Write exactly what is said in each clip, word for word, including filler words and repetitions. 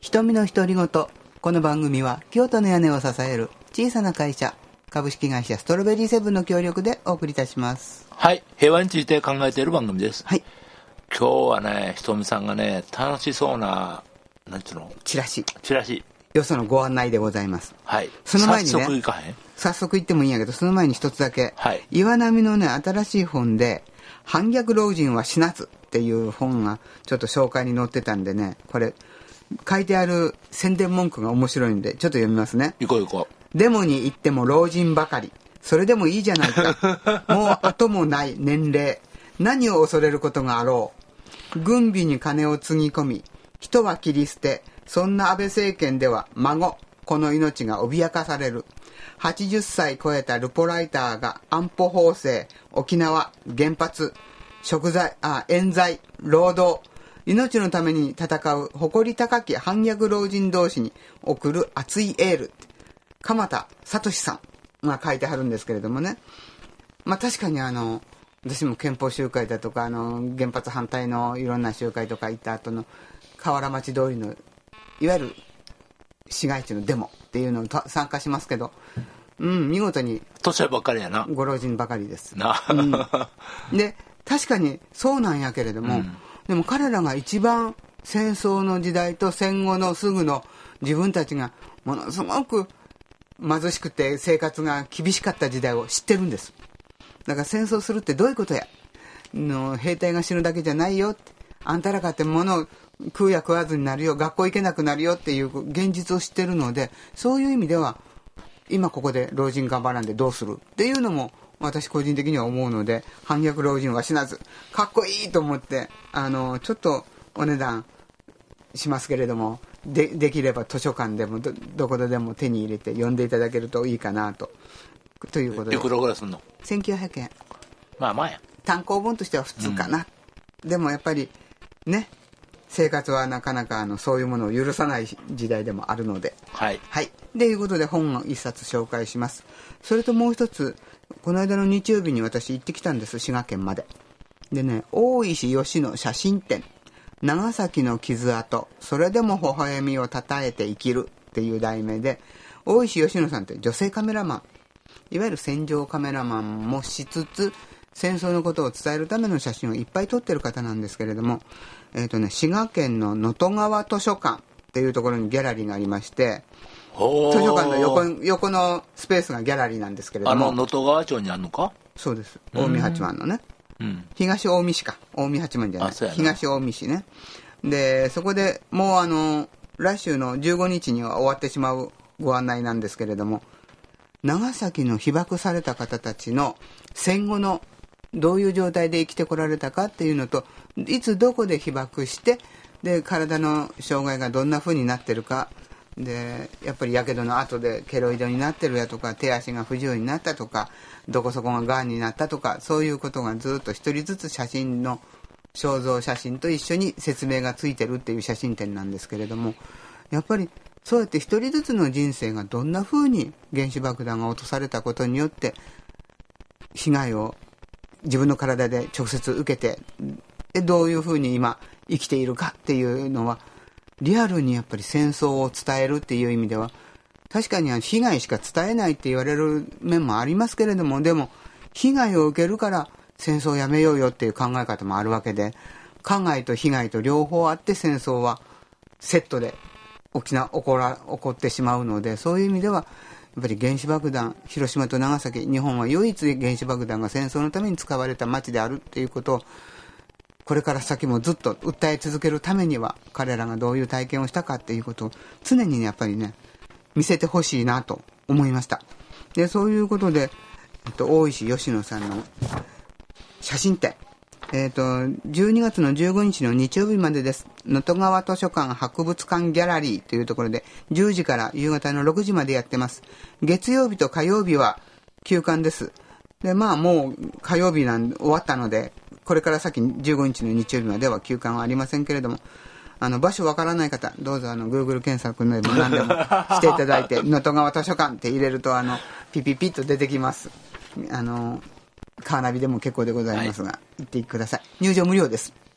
瞳の独り言。この番組は京都の屋根を支える小さな会社株式会社ストロベリーセブンの協力でお送りいたします。 はい、平和について考えている番組です。 はい。 今日はね、ひとみさんがね、楽しそうな、なんていうの、 チラシ。 チラシ。 よそのご案内でございます。 はい。 その前にね、 早速行かへん？ 早速行ってもいいんやけど、その前に一つだけ。 はい。 岩波のね、新しい本で、反逆老人は死なずっていう本がちょっと紹介に載ってたんでね、これ、書いてある宣伝文句が面白いんで、ちょっと読みますね。 行こう行こう。デモに行っても老人ばかり。それでもいいじゃないか。もう後もない年齢。何を恐れることがあろう。軍備に金をつぎ込み、人は切り捨て、そんな安倍政権では孫、この命が脅かされる。はちじゅっさい超えたルポライターが安保法制、沖縄、原発、食材、あ、冤罪、労働、命のために戦う誇り高き反逆老人同士に送る熱いエール。鎌田聡さんが書いてはるんですけれどもね。まあ確かにあの、私も憲法集会だとか、あの、原発反対のいろんな集会とか行った後の河原町通りの、いわゆる市街地のデモっていうのに参加しますけど、うん、見事に。 年ばっかりやな。 ご老人ばかりです。 な、 うん、で、確かにそうなんやけれども、うん、でも彼らが一番戦争の時代と戦後のすぐの自分たちがものすごく貧しくて生活が厳しかった時代を知ってるんです。だから戦争するってどういうことやの、兵隊が死ぬだけじゃないよって、あんたらかって物を食うや食わずになるよ、学校行けなくなるよっていう現実を知ってるので、そういう意味では今ここで老人頑張らんでどうするっていうのも私個人的には思うので、反逆老人は死なず、かっこいいと思って、あのちょっとお値段しますけれども、で, できれば図書館でも ど, どこでも手に入れて読んでいただけるといいかなと。ということで。 いくらぐらいすんの？ せんきゅうひゃくえん。 まあまあや。 単行本としては普通かな。うん、でもやっぱりね、生活はなかなかあのそういうものを許さない時代でもあるので。 はい。 はい。ということで本を一冊紹介します。それともう一つ、この間の日曜日に私行ってきたんです、滋賀県まで。でね、大石吉野写真展。長崎の傷跡、それでも微笑みをたたえて生きるっていう題名で、大石吉野さんって女性カメラマン、いわゆる戦場カメラマンもしつつ、戦争のことを伝えるための写真をいっぱい撮ってる方なんですけれども、えっとね、滋賀県の能登川図書館っていうところにギャラリーがありまして、図書館の 横, 横のスペースがギャラリーなんですけれども、 あの能登川町にあるのか？ そうです、近江八幡のね、 うん、 東近江市か、近江八幡じゃない、東近江市ね。でそこでもうあの来週のじゅうごにちには終わってしまうご案内なんですけれども、長崎の被爆された方たちの戦後のどういう状態で生きてこられたかっていうのと、いつどこで被爆して、で体の障害がどんな風になってるかで、やっぱりやけどの後でケロイドになってるやとか、手足が不自由になったとか、どこそこががんになったとか、そういうことがずっと一人ずつ写真の肖像写真と一緒に説明がついてるっていう写真展なんですけれども、やっぱりそうやって一人ずつの人生がどんな風に原子爆弾が落とされたことによって被害を自分の体で直接受けて、でどういう風に今生きているかっていうのは、リアルにやっぱり戦争を伝えるっていう意味では、確かに被害しか伝えないって言われる面もありますけれども、でも被害を受けるから戦争をやめようよっていう考え方もあるわけで、加害と被害と両方あって戦争はセットで起きな起こら起こってしまうので、そういう意味ではやっぱり原子爆弾、広島と長崎、日本は唯一原子爆弾が戦争のために使われた町であるっていうことを、これから先もずっと訴え続けるためには、彼らがどういう体験をしたかっていうことを常にね、やっぱりね、見せてほしいなと思いました。でそういうことで、えっと、大石吉野さんの写真展、えっと、じゅうにがつのじゅうごにちの日曜日までです。能登川図書館博物館ギャラリーというところでじゅうじから夕方のろくじまでやってます。月曜日と火曜日は休館です。でまあもう火曜日なん終わったので、これから先じゅうごにちの日曜日までは休館はありませんけれども、あの場所わからない方、どうぞあの Google 検索でも何でもしていただいて能登川図書館って入れるとあのピピピッと出てきます。あのカーナビでも結構でございますが、はい、行ってください。入場無料です。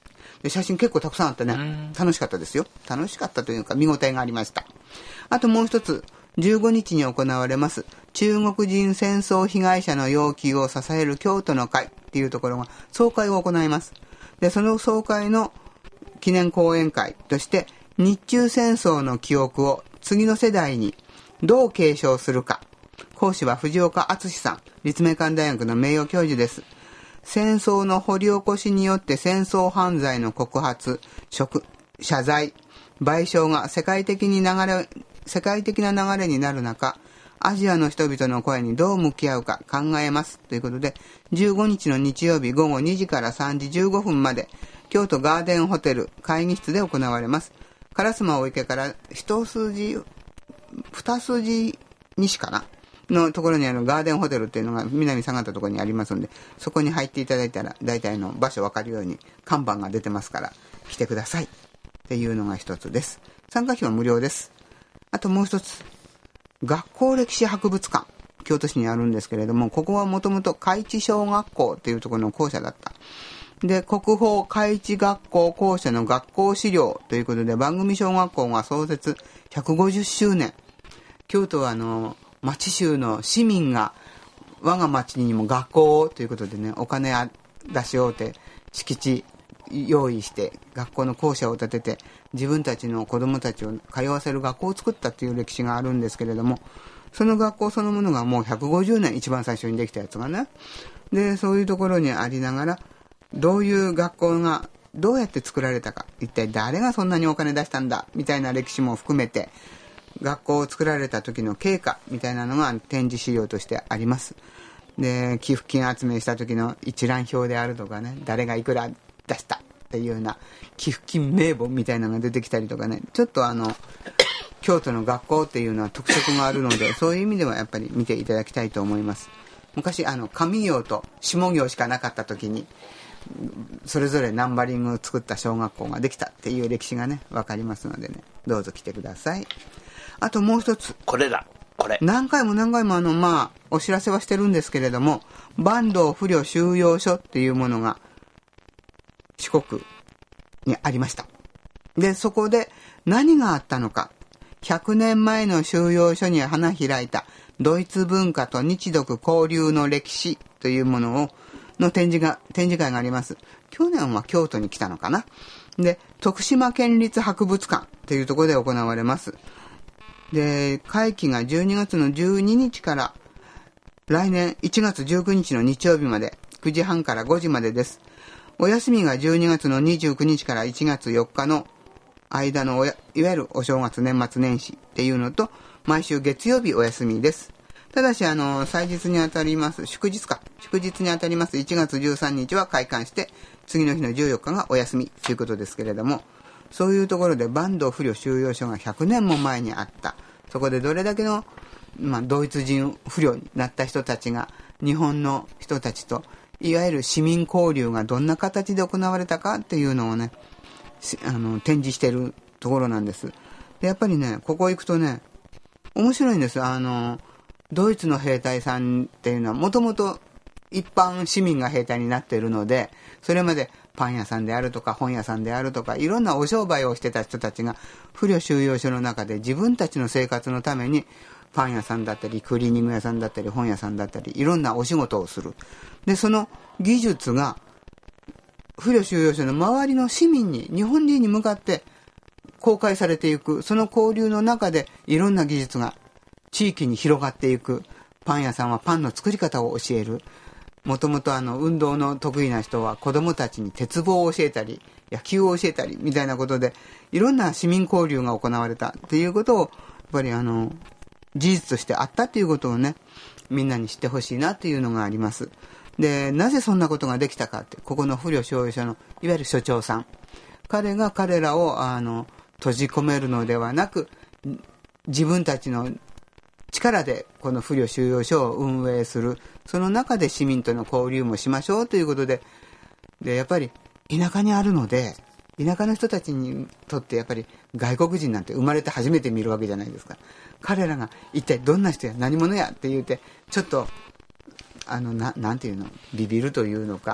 で写真結構たくさんあってね、楽しかったですよ。楽しかったというか見応えがありました。あともう一つ、じゅうごにちに行われます中国人戦争被害者の要求を支える京都の会っていうところが総会を行います。でその総会の記念講演会として日中戦争の記憶を次の世代にどう継承するか。講師は藤岡敦さん、立命館大学の名誉教授です。戦争の掘り起こしによって戦争犯罪の告発、謝罪、賠償が世界的に流れ、世界的な流れになる中、アジアの人々の声にどう向き合うか考えますということで、じゅうごにちの日曜日午後にじからさんじじゅうごふんまで京都ガーデンホテル会議室で行われます。烏丸池から一筋二筋西かなのところにあるガーデンホテルっていうのが南下がったところにありますので、そこに入っていただいたら大体の場所分かるように看板が出てますから来てくださいっていうのが一つです。参加費は無料です。あともう一つ、学校歴史博物館、京都市にあるんですけれども、ここはもともと海地小学校っていうところの校舎だった。で、国宝海地学校校舎の学校資料ということで、番組小学校が創設ひゃくごじゅっしゅうねん。京都はあの町州の市民が我が町にも学校をということでね、お金出し合うて敷地用意して学校の校舎を建てて自分たちの子供たちを通わせる学校を作ったという歴史があるんですけれども、その学校そのものがもうひゃくごじゅうねん、一番最初にできたやつがね。で、そういうところにありながら、どういう学校がどうやって作られたか、一体誰がそんなにお金出したんだみたいな歴史も含めて、学校を作られた時の経過みたいなのが展示資料としてあります。で、寄付金集めした時の一覧表であるとかね、誰がいくら出したっていうような寄付金名簿みたいなのが出てきたりとかね、ちょっとあの京都の学校っていうのは特色があるので、そういう意味ではやっぱり見ていただきたいと思います。昔あの上行と下行しかなかった時にそれぞれナンバリングを作った小学校ができたっていう歴史がね分かりますのでね、どうぞ来てください。あともう一つ、 これだこれ何回も何回もあのまあお知らせはしてるんですけれども、坂東不慮収容所っていうものが四国にありました。でそこで何があったのか、ひゃくねんまえの収容所に花開いたドイツ文化と日独交流の歴史というものをの展示が展示会があります。去年は京都に来たのかな。で徳島県立博物館というところで行われます。で会期がじゅうにがつのじゅうににちから来年いちがつじゅうくにちの日曜日まで、くじはんからごじまでです。お休みがじゅうにがつのにじゅうくにちからいちがつよっかの間のおやいわゆるお正月年末年始っていうのと、毎週月曜日お休みです。ただしあの祭日にあたります祝日か祝日にあたりますいちがつじゅうさんにちは開館して、次の日のじゅうよっかがお休みということですけれども、そういうところで坂東不慮収容所がひゃくねんも前にあった。そこでどれだけの、まあ、ドイツ人不慮になった人たちが日本の人たちといわゆる市民交流がどんな形で行われたかっていうのをね、あの展示しているところなんです。でやっぱりね、ここ行くとね面白いんです。あのドイツの兵隊さんっていうのはもともと一般市民が兵隊になっているので、それまでパン屋さんであるとか本屋さんであるとかいろんなお商売をしてた人たちが不慮収容所の中で自分たちの生活のためにパン屋さんだったりクリーニング屋さんだったり本屋さんだったりいろんなお仕事をする。でその技術が不慮収容所の周りの市民に、日本人に向かって公開されていく。その交流の中でいろんな技術が地域に広がっていく。パン屋さんはパンの作り方を教える。もともとあの運動の得意な人は子供たちに鉄棒を教えたり野球を教えたりみたいなことでいろんな市民交流が行われたっていうことをやっぱりあの事実としてあったっていうことをね、みんなに知ってほしいなっていうのがあります。でなぜそんなことができたかって、ここの不慮収容所のいわゆる所長さん、彼が彼らをあの閉じ込めるのではなく、自分たちの力でこの不慮収容所を運営する。その中で市民との交流もしましょうということで、でやっぱり田舎にあるので、田舎の人たちにとってやっぱり外国人なんて生まれて初めて見るわけじゃないですか。彼らが一体どんな人や何者やって言うてちょっとあの な, なんていうのビビるというのか、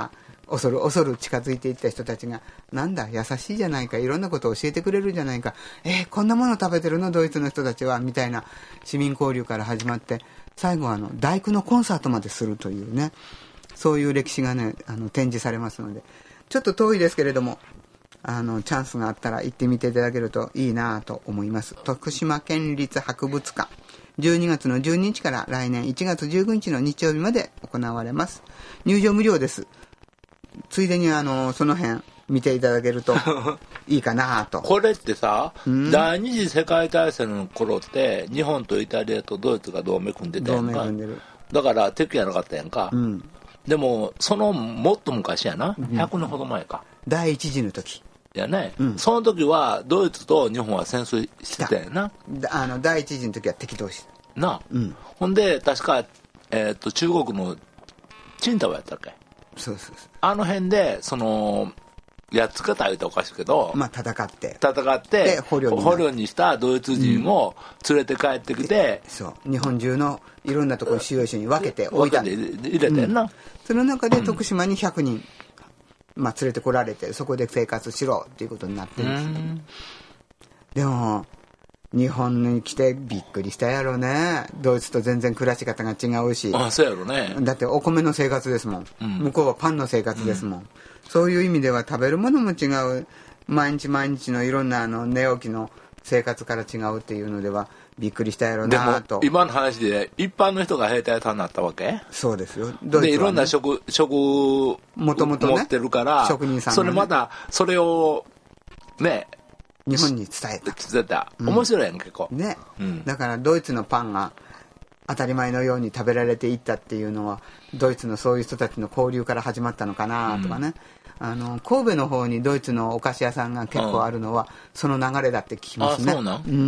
恐る恐る近づいていった人たちが、なんだ優しいじゃないか、いろんなことを教えてくれるじゃないか、えー、こんなもの食べてるのドイツの人たちはみたいな市民交流から始まって、最後はあの大工のコンサートまでするというね、そういう歴史がねあの展示されますので、ちょっと遠いですけれども、あのチャンスがあったら行ってみていただけるといいなと思います。徳島県立博物館、じゅうにがつのじゅうににちから来年いちがつじゅうくにちの日曜日まで行われます。入場無料です。ついでにあのその辺見ていただけるといいかなと。 これってさ、うん、第二次世界大戦の頃って日本とイタリアとドイツが同盟組んでたやんか。同盟組んでる。だから敵やなかったやんか、うん、でもそのもっと昔やな、ひゃくねんほど前か、 第一次の時やね、うん、その時はドイツと日本は戦争してたやな。 あの第一次の時は敵同士な、うん、ほんで確か、えー、と中国のチンタオやったっけ。 そうそうそう、 あの辺でそのやっつけた言うとおかしいけど、 まあ、戦って戦って捕虜 に, 捕虜にしたドイツ人を連れて帰ってきて、 うん、そう日本中のいろんなところ収容所に分けて置いたんで入れてんな、うん、 その中で徳島にひゃくにん、うんまあ、連れてこられてそこで生活しろっていうことになってるんですけど、でも日本に来てびっくりしたやろね。ドイツと全然暮らし方が違うし。 ああそうやろね。 だってお米の生活ですもん、うん、向こうはパンの生活ですもん、うん、そういう意味では食べるものも違う、毎日毎日のいろんなあの寝起きの生活から違うっていうのではびっくりしたやろなと。 でも今の話で一般の人が兵隊さんになったわけ。 そうですよ。 ドイツはね、でいろんな職職を持ってるから職人さん、ね、 それまたそれをね日本に伝えた伝えた、うん、面白いやん結構ね、うん、だからドイツのパンが当たり前のように食べられていったっていうのはドイツのそういう人たちの交流から始まったのかなとかね、うん、あの神戸の方にドイツのお菓子屋さんが結構あるのは、うん、その流れだって聞きますね。 あそうなん、 うん、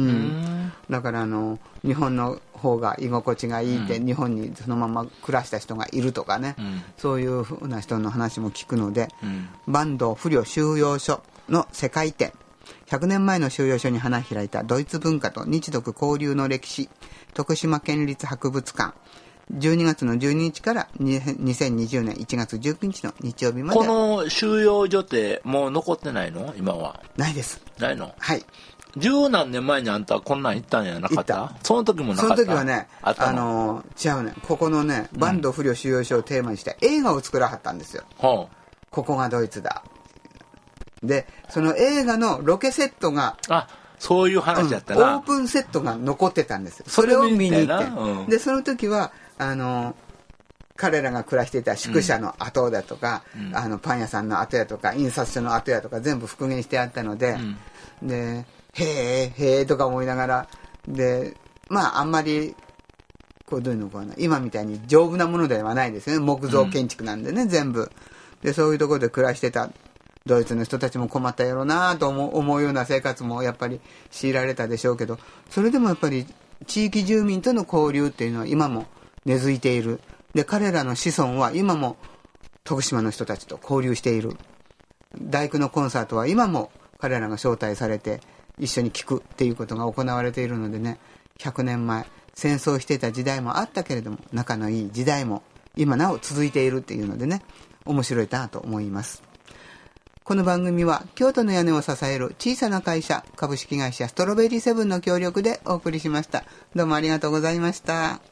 だからあの日本の方が居心地がいいって、うん、日本にそのまま暮らした人がいるとかね、うん、そういうふうな人の話も聞くので、うん、坂東不慮収容所の世界展、ひゃくねんまえの収容所に花開いたドイツ文化と日独交流の歴史、徳島県立博物館、じゅうにがつのじゅうににちからにせんにじゅうねんいちがつじゅうくにちの日曜日まで。 この収容所ってもう残ってないの今は。 ないです。 ないの。 はい。 十何年前にあんたこんなん行ったんやなかった。行った。その時もなかった。 その時はね、あ、あのー、違うね、ここのね坂東不慮収容所をテーマにして映画を作らはったんですよ、うん、ここがドイツだで、その映画のロケセットが、 あ、そういう話だったな、 うん、オープンセットが残ってたんですよ。それを見に行って、うん、でその時はあの彼らが暮らしていた宿舎の跡だとか、うん、あのパン屋さんの跡やとか印刷所の跡やとか全部復元してあったので、うん、でへえへえとか思いながら、でまああんまりこうどういうのかな、今みたいに丈夫なものではないですよね。木造建築なんでね、うん、全部でそういうところで暮らしてたドイツの人たちも困ったやろうなと思う、思うような生活もやっぱり強いられたでしょうけど、それでもやっぱり地域住民との交流っていうのは今も根付いている。で彼らの子孫は今も徳島の人たちと交流している。大工のコンサートは今も彼らが招待されて一緒に聴くっていうことが行われているのでね、ひゃくねんまえ戦争していた時代もあったけれども仲のいい時代も今なお続いているっていうのでね、面白いなと思います。この番組は京都の屋根を支える小さな会社株式会社ストロベリーセブンの協力でお送りしました。どうもありがとうございました。